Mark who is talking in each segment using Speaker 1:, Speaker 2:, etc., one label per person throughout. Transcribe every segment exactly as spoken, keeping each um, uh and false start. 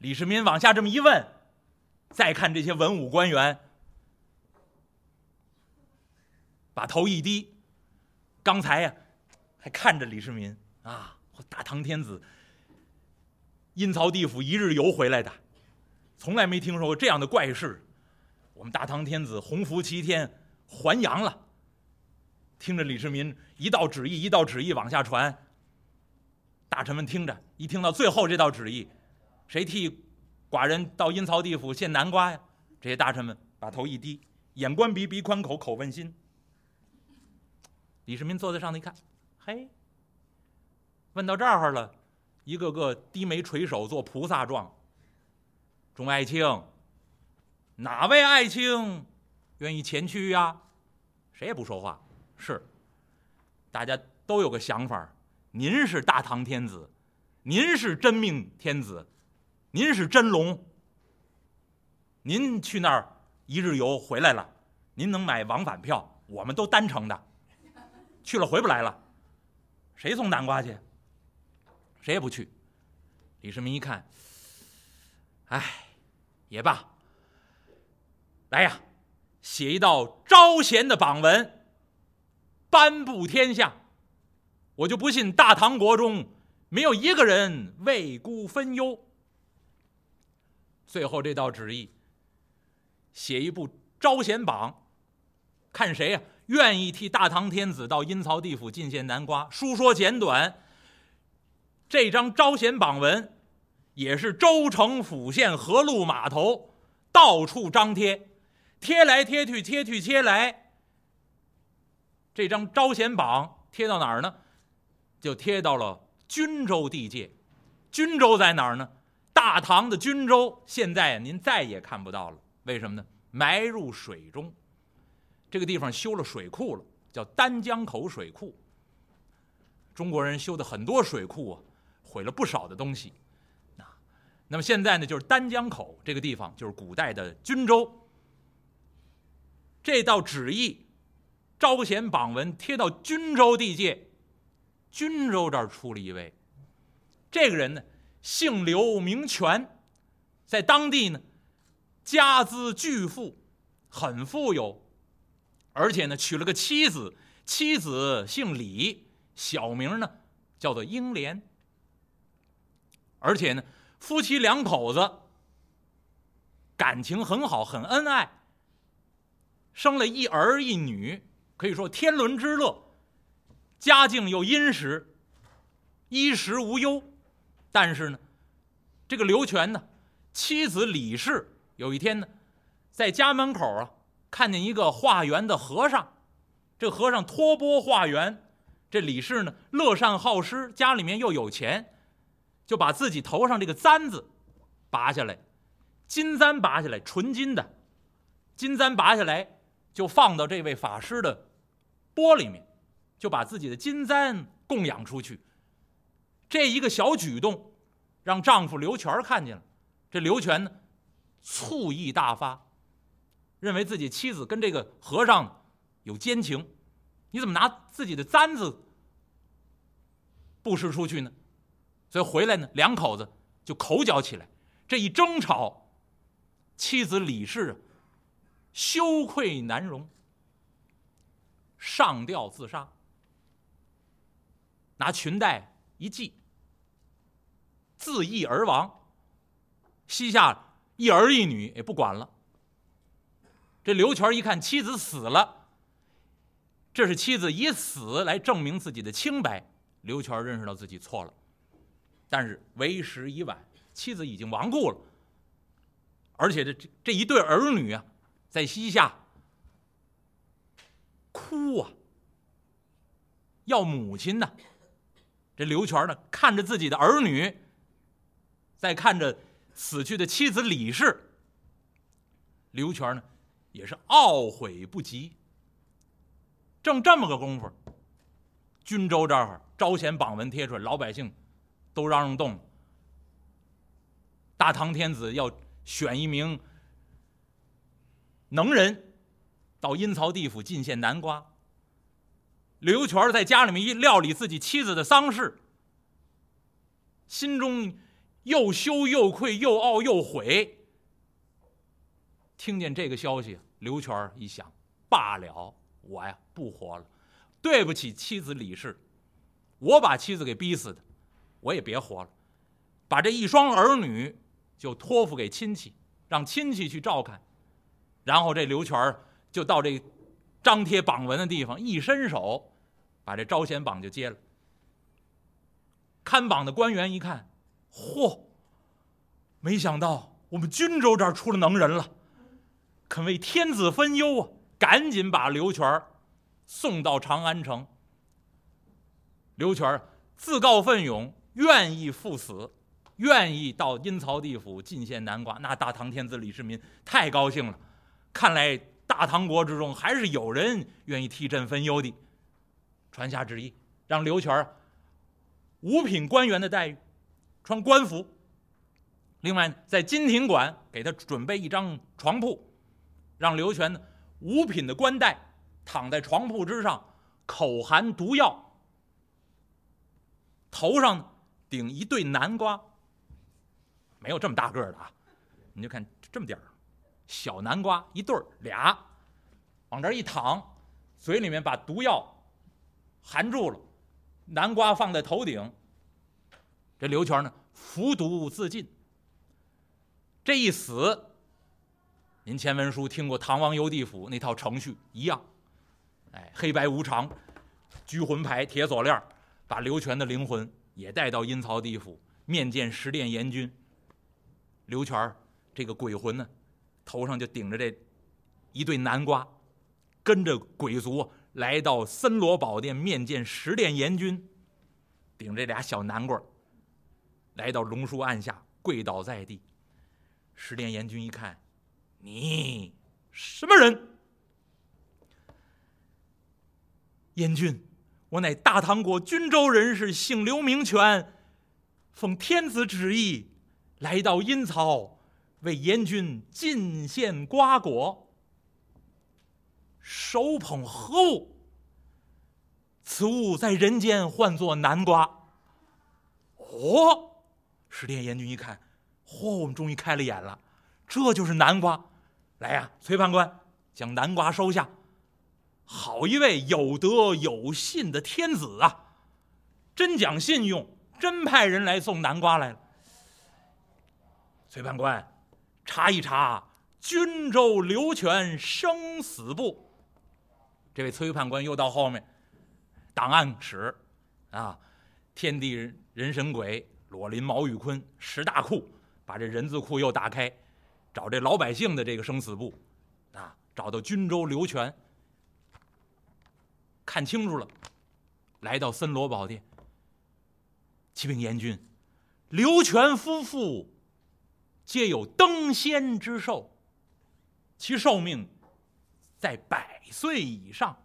Speaker 1: 李世民往下这么一问，再看这些文武官员，把头一低，刚才呀、啊、还看着李世民啊，大唐天子阴曹地府一日游回来的，从来没听说过这样的怪事。我们大唐天子洪福齐天还阳了。听着李世民一道旨意一道旨意往下传，大臣们听着，一听到最后这道旨意，谁替寡人到阴曹地府献南瓜呀？这些大臣们把头一低，眼观鼻，鼻宽口，口问心。李世民坐在上头一看，嘿，问到这儿了，一个个低眉垂首做菩萨状。众爱卿，哪位爱卿愿意前去呀？谁也不说话。是，大家都有个想法，您是大唐天子，您是真命天子，您是真龙，您去那儿一日游回来了，您能买往返票，我们都单程的，去了回不来了，谁送南瓜去？谁也不去。李世民一看，哎，也罢，来呀，写一道招贤的榜文，颁布天下，我就不信大唐国中没有一个人为孤分忧。最后这道旨意，写一部招贤榜，看谁呀、啊、愿意替大唐天子到阴曹地府进献南瓜。书说简短，这张招贤榜文也是州城府县河路码头到处张贴，贴来贴去，贴去贴来。这张招贤榜贴到哪儿呢？就贴到了均州地界。均州在哪儿呢？大唐的均州现在您再也看不到了。为什么呢？埋入水中。这个地方修了水库了，叫丹江口水库。中国人修的很多水库啊，毁了不少的东西。那么现在呢，就是丹江口这个地方，就是古代的均州。这道旨意招贤榜文贴到均州地界，均州这儿出了一位，这个人呢姓刘名权，在当地呢家资巨富，很富有，而且呢娶了个妻子，妻子姓李，小名呢叫做英莲，而且呢夫妻两口子感情很好，很恩爱，生了一儿一女，可以说天伦之乐，家境又殷实，衣食无忧。但是呢，这个刘全呢，妻子李氏有一天呢，在家门口啊，看见一个化缘的和尚，这和尚托钵化缘，这李氏呢乐善好施，家里面又有钱，就把自己头上这个簪子拔下来，金簪拔下来，纯金的金簪拔下来，就放到这位法师的钵里面，就把自己的金簪供养出去。这一个小举动让丈夫刘全看见了，这刘全呢醋意大发，认为自己妻子跟这个和尚有奸情，你怎么拿自己的簪子布施出去呢？所以回来呢，两口子就口角起来。这一争吵，妻子李氏羞愧难容，上吊自杀，拿裙带一系，自缢而亡，膝下一儿一女也不管了。这刘全一看妻子死了，这是妻子以死来证明自己的清白，刘全认识到自己错了，但是为时已晚，妻子已经亡故了，而且这这一对儿女啊，在膝下哭啊，要母亲呢。这刘全呢，看着自己的儿女，再看着死去的妻子李氏，刘全呢也是懊悔不及。正这么个功夫，均州这儿招贤榜文贴出来，老百姓都嚷嚷动了，大唐天子要选一名能人到阴曹地府进献南瓜。刘全在家里面一料理自己妻子的丧事，心中又羞又愧又懊又悔。听见这个消息，刘全一想，罢了，我呀不活了，对不起妻子李氏，我把妻子给逼死的，我也别活了，把这一双儿女就托付给亲戚，让亲戚去照看。然后这刘全就到这张贴榜文的地方，一伸手把这招贤榜就接了。看榜的官员一看，嚯，没想到我们均州这儿出了能人了，肯为天子分忧啊！赶紧把刘全送到长安城。刘全自告奋勇，愿意赴死，愿意到阴曹地府进献南瓜。那大唐天子李世民太高兴了，看来大唐国之中还是有人愿意替朕分忧的，传下旨意，让刘全五品官员的待遇，穿官服。另外在金庭馆给他准备一张床铺，让刘全五品的官带躺在床铺之上，口含毒药，头上顶一对南瓜，没有这么大个的啊，你就看这么点儿小南瓜一对儿俩，往这一躺，嘴里面把毒药含住了，南瓜放在头顶，这刘全呢服毒自尽。这一死，您前文书听过唐王游地府那套程序一样，哎，黑白无常，拘魂牌、铁锁链，把刘全的灵魂也带到阴曹地府面见十殿阎君。刘全这个鬼魂呢，头上就顶着这一对南瓜，跟着鬼族来到森罗宝殿面见十殿阎君，顶着俩小南瓜，来到龙书案下跪倒在地。十殿阎君一看，你什么人？阎君，我乃大唐国均州人士，姓刘名全，奉天子旨意来到阴曹，为阎君进献瓜果。手捧何物？此物在人间唤作南瓜。哦，十殿阎君一看，嚯，我们终于开了眼了，这就是南瓜。来呀，崔判官，将南瓜收下。好一位有德有信的天子啊，真讲信用，真派人来送南瓜来了。崔判官，查一查均州刘全生死簿。这位崔判官又到后面档案室啊，天地人神鬼裸林毛玉坤十大库，把这人字库又打开，找这老百姓的这个生死簿啊，找到均州刘全，看清楚了，来到森罗宝殿。启禀阎君，刘全夫妇皆有登仙之寿，其寿命在百岁以上。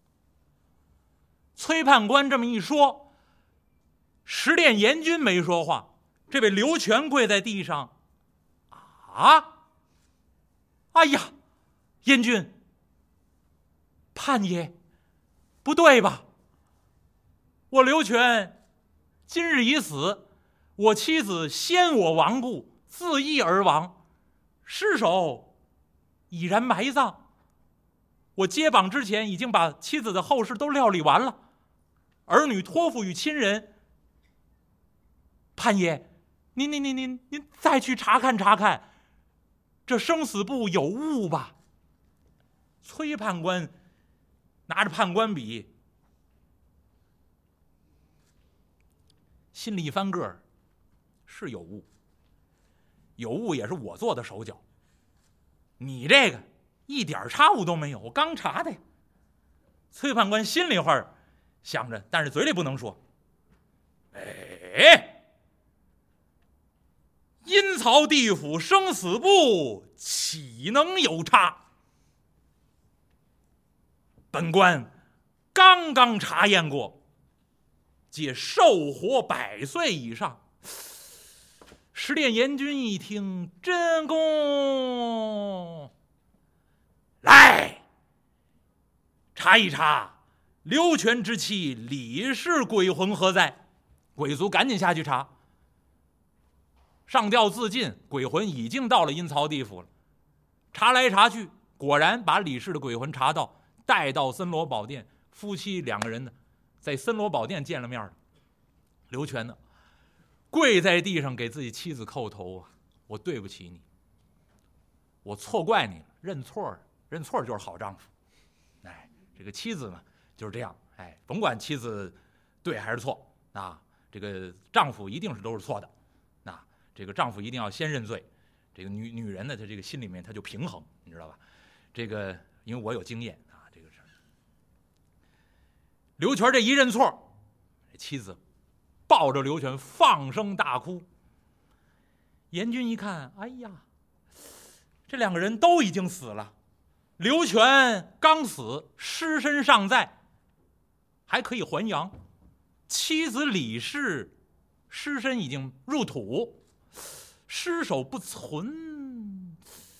Speaker 1: 崔判官这么一说，十殿阎君没说话，这位刘全跪在地上，啊，哎呀，阎君，判爷，不对吧？我刘全今日已死，我妻子先我亡故，自缢而亡，尸首已然埋葬。我接榜之前已经把妻子的后事都料理完了，儿女托付于亲人。判爷，您您您您您再去查看查看，这生死簿有误吧？崔判官拿着判官笔，心里一翻个儿，是有误，有误也是我做的手脚，你这个一点差误都没有，我刚查的呀。崔判官心里话想着，但是嘴里不能说。哎，阴曹地府生死簿岂能有差？本官刚刚查验过，皆寿活百岁以上。十殿阎君一听，真公，来查一查刘全之妻李氏鬼魂何在。鬼族赶紧下去查。 上吊自尽，鬼魂已经到了阴曹地府了。查来查去，果然把李氏的鬼魂查到，带到森罗宝殿，夫妻两个人呢，在森罗宝殿见了面了。刘全呢，跪在地上给自己妻子叩头啊，我对不起你，我错怪你了，认错，认错就是好丈夫。哎，这个妻子呢就是这样，哎，甭管妻子对还是错啊，这个丈夫一定是都是错的，啊，这个丈夫一定要先认罪。这个女女人呢，她这个心里面她就平衡，你知道吧？这个因为我有经验啊，这个是刘全这一认错，妻子抱着刘全放声大哭。严军一看，哎呀，这两个人都已经死了，刘全刚死，尸身尚在，还可以还阳；妻子李氏尸身已经入土，尸首不存。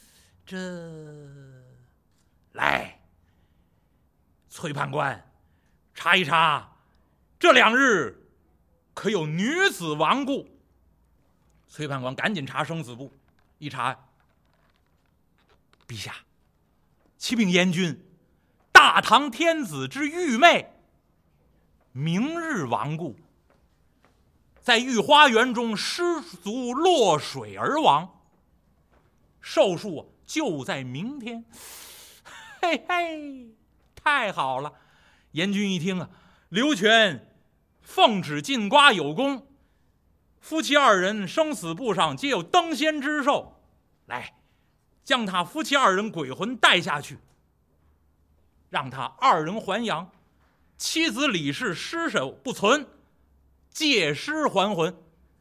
Speaker 1: 这来，崔判官，查一查，这两日可有女子亡故？崔判官赶紧查生死簿，一查，陛下，启禀严君，大唐天子之玉妹明日亡故，在御花园中失足落水而亡，寿数就在明天。嘿嘿，太好了！严君一听啊，刘全奉旨进瓜有功，夫妻二人生死簿上皆有登仙之寿，来，将他夫妻二人鬼魂带下去，让他二人还阳，妻子李氏尸首不存，借尸还魂。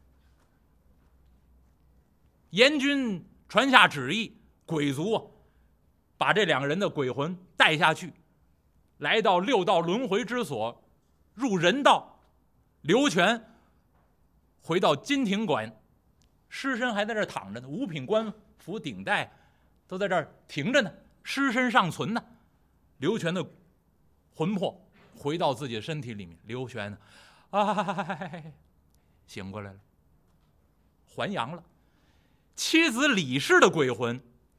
Speaker 1: 严君传下旨意，鬼族啊，把这两个人的鬼魂带下去，来到六道轮回之所，入人道。刘全回到金庭馆，尸身还在这躺着呢，五品官服顶戴都在这儿停着呢，尸身尚存呢。刘全的魂魄回到自己的身体里面，刘全呢，哎，醒过来了，还阳了。妻子李氏的鬼魂，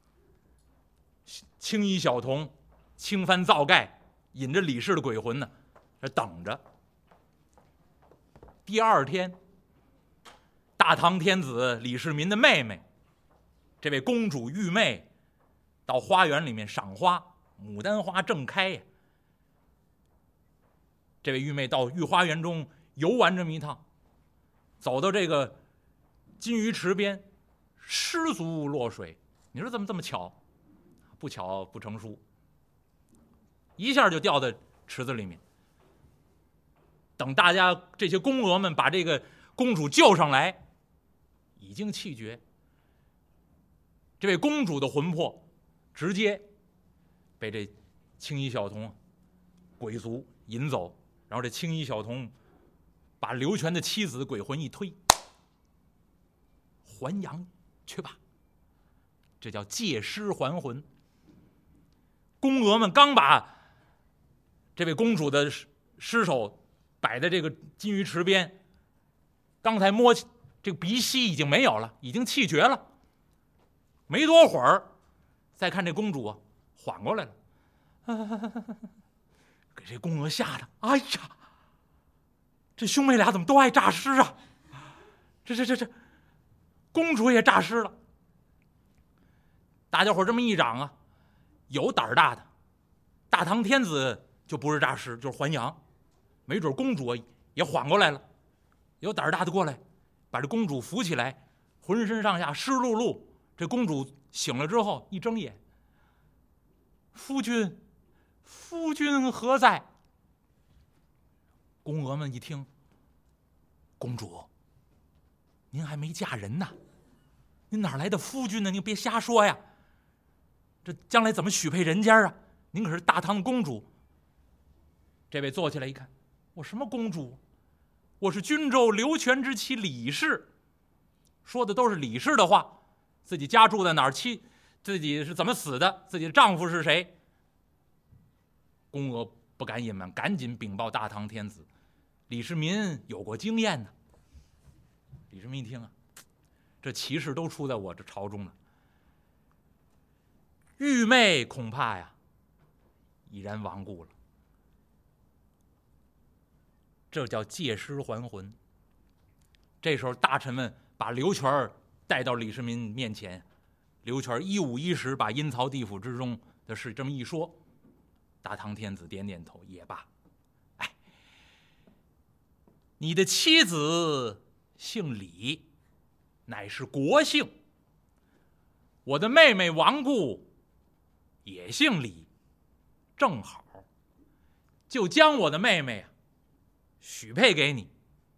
Speaker 1: 青衣小童轻翻皂盖，引着李氏的鬼魂呢，这等着。第二天，大唐天子李世民的妹妹，这位公主玉妹，到花园里面赏花，牡丹花正开呀。这位玉妹到御花园中游玩这么一趟，走到这个金鱼池边，失足落水。你说怎么这么巧？不巧不成书，一下就掉在池子里面。等大家这些宫娥们把这个公主救上来，已经气绝。这位公主的魂魄直接被这青衣小童鬼族引走，然后这青衣小童把刘全的妻子的鬼魂一推，还阳去吧，这叫借尸还魂。宫娥们刚把这位公主的尸首摆在这个金鱼池边，刚才摸这个鼻息已经没有了，已经气绝了。没多会儿，再看这公主啊，缓过来了，给这宫娥吓得，哎呀，这兄妹俩怎么都爱诈尸啊？这这这这，公主也诈尸了。大家伙这么一嚷啊，有胆大的，大唐天子就不是诈尸，就是还阳。没准公主也缓过来了，有胆大的过来，把这公主扶起来，浑身上下湿漉漉。这公主醒了之后，一睁眼，夫君，夫君何在？宫娥们一听，公主，您还没嫁人呢，您哪来的夫君呢？您别瞎说呀，这将来怎么许配人家啊？您可是大唐的公主。这位坐起来一看，我什么公主？我是均州刘全之妻李氏，说的都是李氏的话。自己家住在哪儿，妻自己是怎么死的，自己的丈夫是谁。宫娥不敢隐瞒，赶紧禀报大唐天子。李世民有过经验呢。李世民一听啊， 这奇事都出在我这朝中了。玉妹恐怕呀已然亡故了，这叫借尸还魂。这时候大臣们把刘全带到李世民面前，刘全一五一十把阴曹地府之中的事这么一说，大唐天子点点头，也罢。哎，你的妻子姓李，乃是国姓，我的妹妹亡故也姓李，正好就将我的妹妹啊许配给你，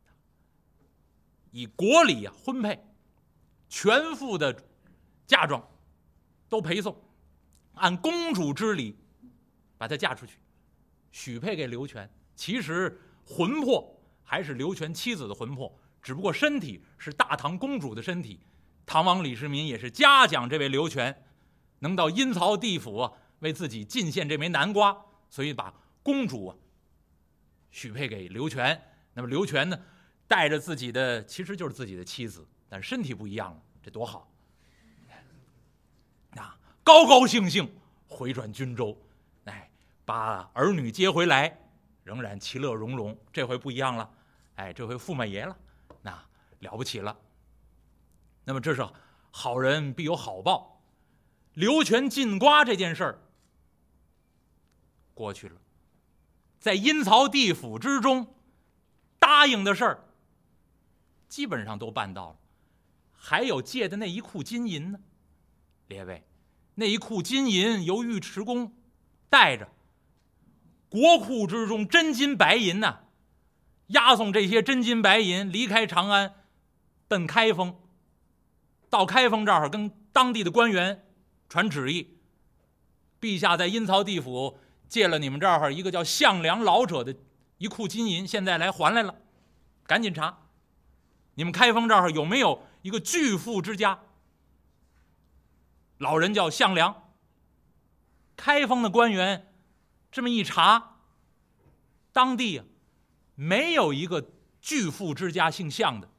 Speaker 1: 以国礼啊婚配，全副的嫁妆都陪送，按公主之礼把她嫁出去，许配给刘全。其实魂魄还是刘全妻子的魂魄，只不过身体是大唐公主的身体。唐王李世民也是嘉奖这位刘全能到阴曹地府啊为自己进献这枚南瓜，所以把公主啊许配给刘全。那么刘全呢带着自己的，其实就是自己的妻子，但是身体不一样了，这多好啊！高高兴兴回转军州，哎，把儿女接回来，仍然其乐融融。这回不一样了，哎，这回驸马爷了，那了不起了。那么这是好人必有好报，刘全进瓜这件事儿过去了，在阴曹地府之中答应的事儿基本上都办到了，还有借的那一库金银呢。列位，那一库金银由尉迟恭带着，国库之中真金白银呐、啊，押送这些真金白银离开长安，奔开封。到开封这儿跟当地的官员传旨意，陛下在阴曹地府借了你们这儿一个叫项梁老者的一库金银，现在来还来了，赶紧查，你们开封这儿有没有一个巨富之家？老人叫项梁。开封的官员这么一查，当地啊没有一个巨富之家姓项的，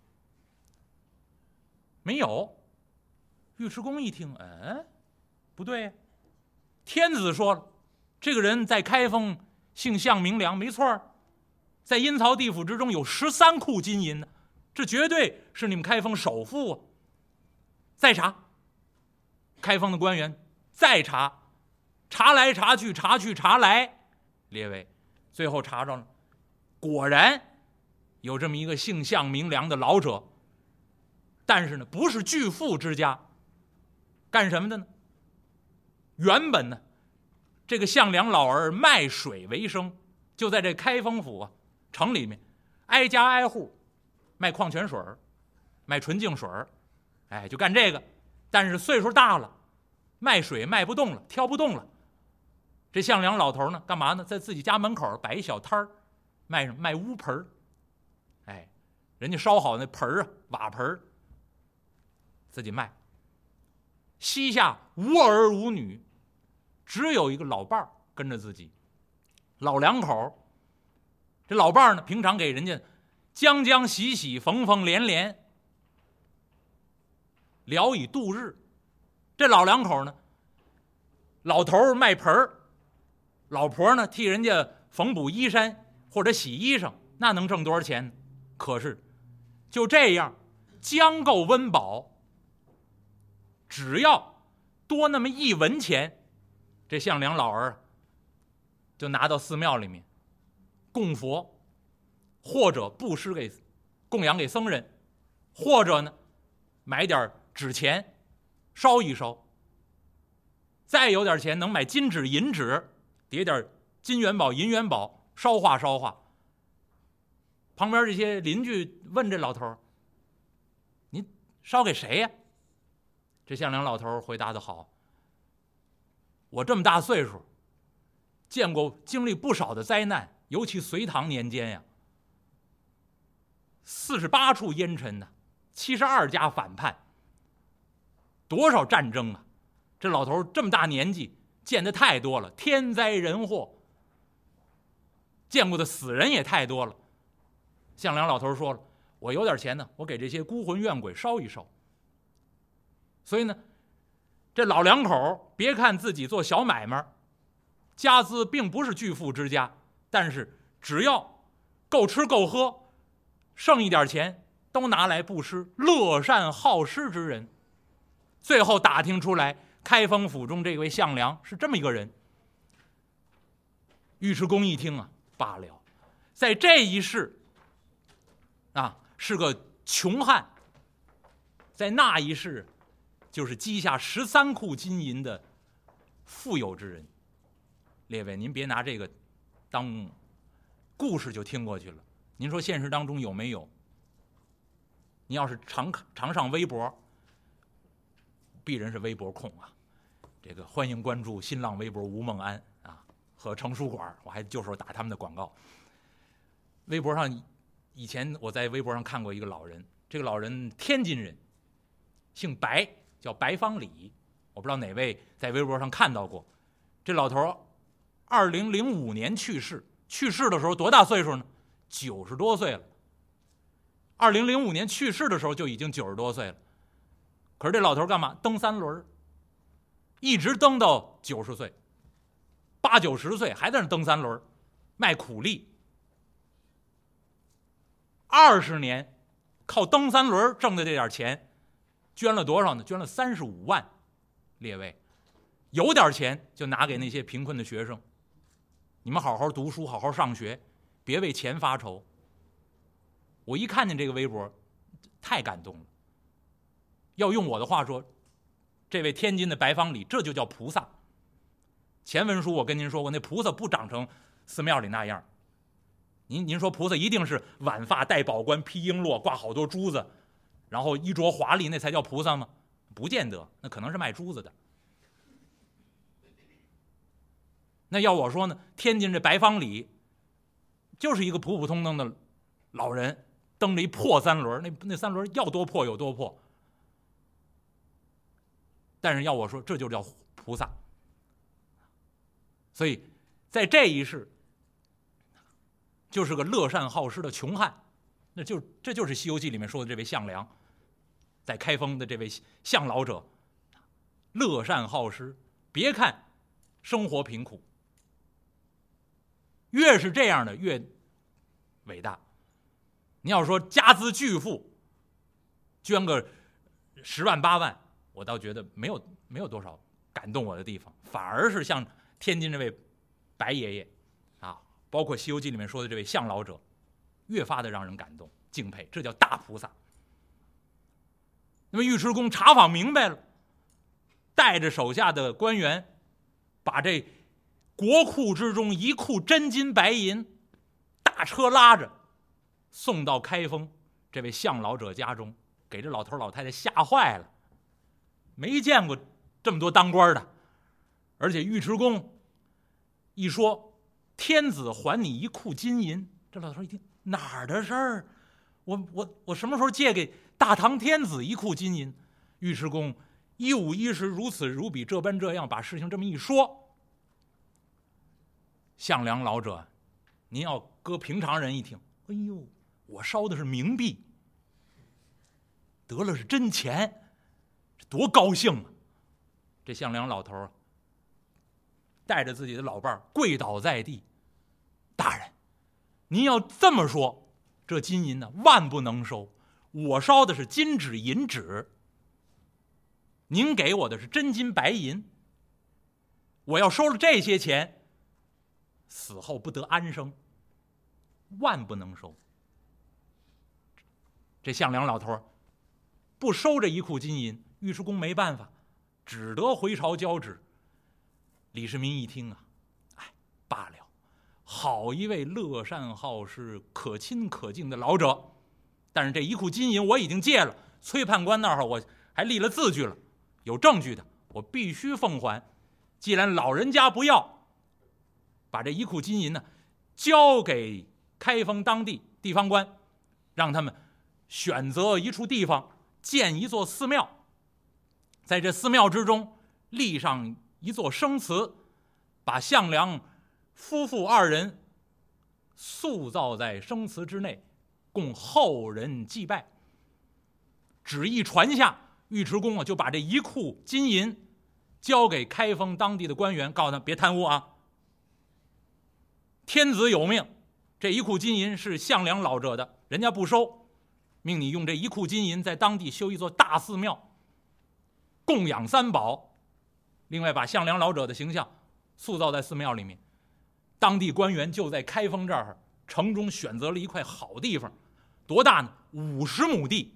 Speaker 1: 没有。尉迟恭一听，嗯，不对，天子说了，这个人在开封姓项名梁，没错，在阴曹地府之中有十三库金银呢，这绝对是你们开封首富啊！再查，开封的官员再查，查来查去，查去查来，列位，最后查着了，果然有这么一个姓项名梁的老者，但是呢，不是巨富之家。干什么的呢？原本呢，这个项梁老儿卖水为生，就在这开封府啊城里面，挨家挨户卖矿泉水，卖纯净水，哎，就干这个。但是岁数大了，卖水卖不动了，挑不动了。这项梁老头呢，干嘛呢？在自己家门口摆一小摊儿，卖卖乌盆，哎，人家烧好那盆啊，瓦盆，自己卖。膝下无儿无女，只有一个老伴儿跟着自己，老两口。这老伴儿呢，平常给人家将将喜喜，缝缝连连，聊以度日。这老两口呢，老头卖盆儿，老婆呢替人家缝补衣衫或者洗衣裳，那能挣多少钱呢？可是就这样，将够温饱。只要多那么一文钱，这项梁老儿就拿到寺庙里面供佛，或者布施给供养给僧人，或者呢买点纸钱烧一烧，再有点钱能买金纸银纸，叠点金元宝银元宝烧化烧化。旁边这些邻居问这老头，您烧给谁呀？这项梁老头回答的好，我这么大岁数，见过经历不少的灾难，尤其隋唐年间呀，四十八处烟尘呢，七十二家反叛，多少战争啊！这老头这么大年纪，见的太多了，天灾人祸，见过的死人也太多了。项梁老头说了，我有点钱呢，我给这些孤魂怨鬼烧一烧， 所以呢，这老两口别看自己做小买卖，家资并不是巨富之家，但是只要够吃够喝，剩一点钱都拿来布施，乐善好施之人。最后打听出来，开封府中这位项梁是这么一个人。尉迟恭一听啊，罢了，在这一世啊是个穷汉，在那一世就是积下十三库金银的富有之人。列位，您别拿这个当故事就听过去了，您说现实当中有没有？你要是常常上微博，鄙人是微博控啊，这个欢迎关注新浪微博吴孟安啊和程书馆，我还就手打他们的广告。微博上以前我在微博上看过一个老人，这个老人天津人，姓白，叫白方礼，我不知道哪位在微博上看到过。这老头二零零五年去世，去世的时候多大岁数呢？九十多岁了。二零零五年去世的时候就已经九十多岁了。可是这老头干嘛？蹬三轮，一直蹬到九十岁，八九十岁还在那蹬三轮，卖苦力。二十年靠蹬三轮挣的这点钱，捐了多少呢？捐了三十五万。列位，有点钱就拿给那些贫困的学生，你们好好读书，好好上学，别为钱发愁。我一看见这个微博，太感动了。要用我的话说，这位天津的白方礼，这就叫菩萨。前文书我跟您说过，那菩萨不长成寺庙里那样。您您说菩萨一定是挽发戴宝冠披璎珞挂好多珠子，然后衣着华丽，那才叫菩萨吗？不见得，那可能是卖珠子的。那要我说呢，天津这白方礼就是一个普普通通的老人，蹬着一破三轮，那那三轮要多破有多破。但是要我说，这就叫菩萨。所以在这一世，就是个乐善好施的穷汉，那就这就是《西游记》里面说的这位项梁，在开封的这位项老者，乐善好施。别看生活贫苦，越是这样的越伟大。你要说家资巨富，捐个十万八万，我倒觉得没有没有多少感动我的地方，反而是像天津这位白爷爷啊，包括《西游记》里面说的这位项老者，越发的让人感动敬佩，这叫大菩萨。那么尉迟恭查访明白了，带着手下的官员，把这国库之中一库真金白银大车拉着送到开封这位项老者家中，给这老头老太太吓坏了，没见过这么多当官的。而且尉迟恭一说天子还你一库金银，这老头一听哪儿的事儿？我我我什么时候借给大唐天子一库金银？尉迟恭一五一十如此如彼，这般这样把事情这么一说，项梁老者，您要搁平常人一听，哎呦，我烧的是冥币，得了是真钱，这多高兴啊！这项梁老头带着自己的老伴儿跪倒在地，大人，您要这么说，这金银呢万不能收，我烧的是金纸银纸，您给我的是真金白银，我要收了这些钱，死后不得安生，万不能收。这项梁老头不收这一库金银，尉迟恭没办法，只得回朝交旨。李世民一听啊，哎，罢了，好一位乐善好施、可亲可敬的老者，但是这一库金银我已经借了，崔判官那儿我还立了字据了，有证据的，我必须奉还。既然老人家不要，把这一库金银呢交给开封当地地方官，让他们选择一处地方建一座寺庙，在这寺庙之中立上一座生祠，把项梁夫妇二人塑造在生祠之内，供后人祭拜。旨意传下， 尉迟恭啊就把这一库金银交给开封当地的官员，告诉他别贪污啊。天子有命，这一库金银是项梁老者的，人家不收，命你用这一库金银在当地修一座大寺庙，供养三宝，另外把项梁老者的形象塑造在寺庙里面。当地官员就在开封这儿城中选择了一块好地方，多大呢？五十亩地。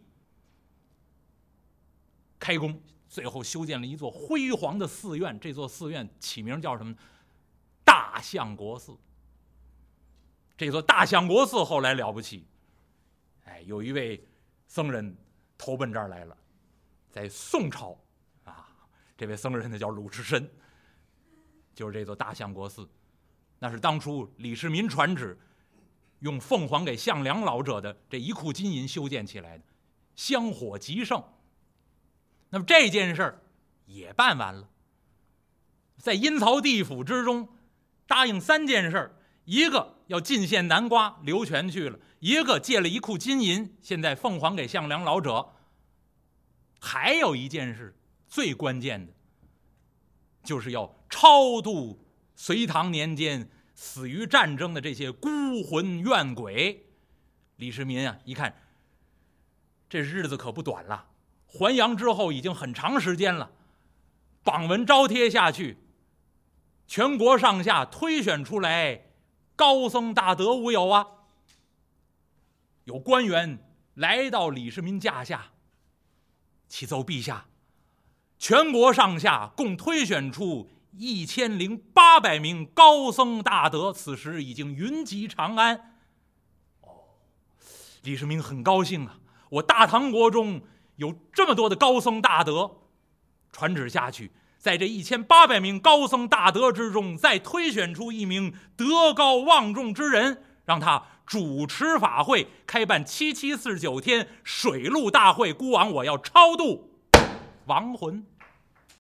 Speaker 1: 开工，最后修建了一座辉煌的寺院，这座寺院起名叫什么？大相国寺。这座大相国寺后来了不起，哎，有一位僧人投奔这儿来了，在宋朝啊，这位僧人呢叫鲁智深，就是这座大相国寺，那是当初李世民传旨，用奉还给项梁老者的这一库金银修建起来的，香火极盛。那么这件事儿也办完了，在阴曹地府之中答应三件事，一个要进献南瓜，刘全去了；一个借了一库金银，现在奉还给项梁老者；还有一件事最关键的，就是要超度隋唐年间死于战争的这些孤魂怨鬼。李世民啊，一看这日子可不短了，还阳之后已经很长时间了，榜文招贴下去，全国上下推选出来高僧大德无有啊。有官员来到李世民驾下，启奏陛下，全国上下共推选出一千零八百名高僧大德，此时已经云集长安。哦，李世民很高兴啊，我大唐国中有这么多的高僧大德，传旨下去，在这一千八百名高僧大德之中，再推选出一名德高望重之人，让他主持法会，开办七七四十九天水陆大会。孤王我要超度亡魂。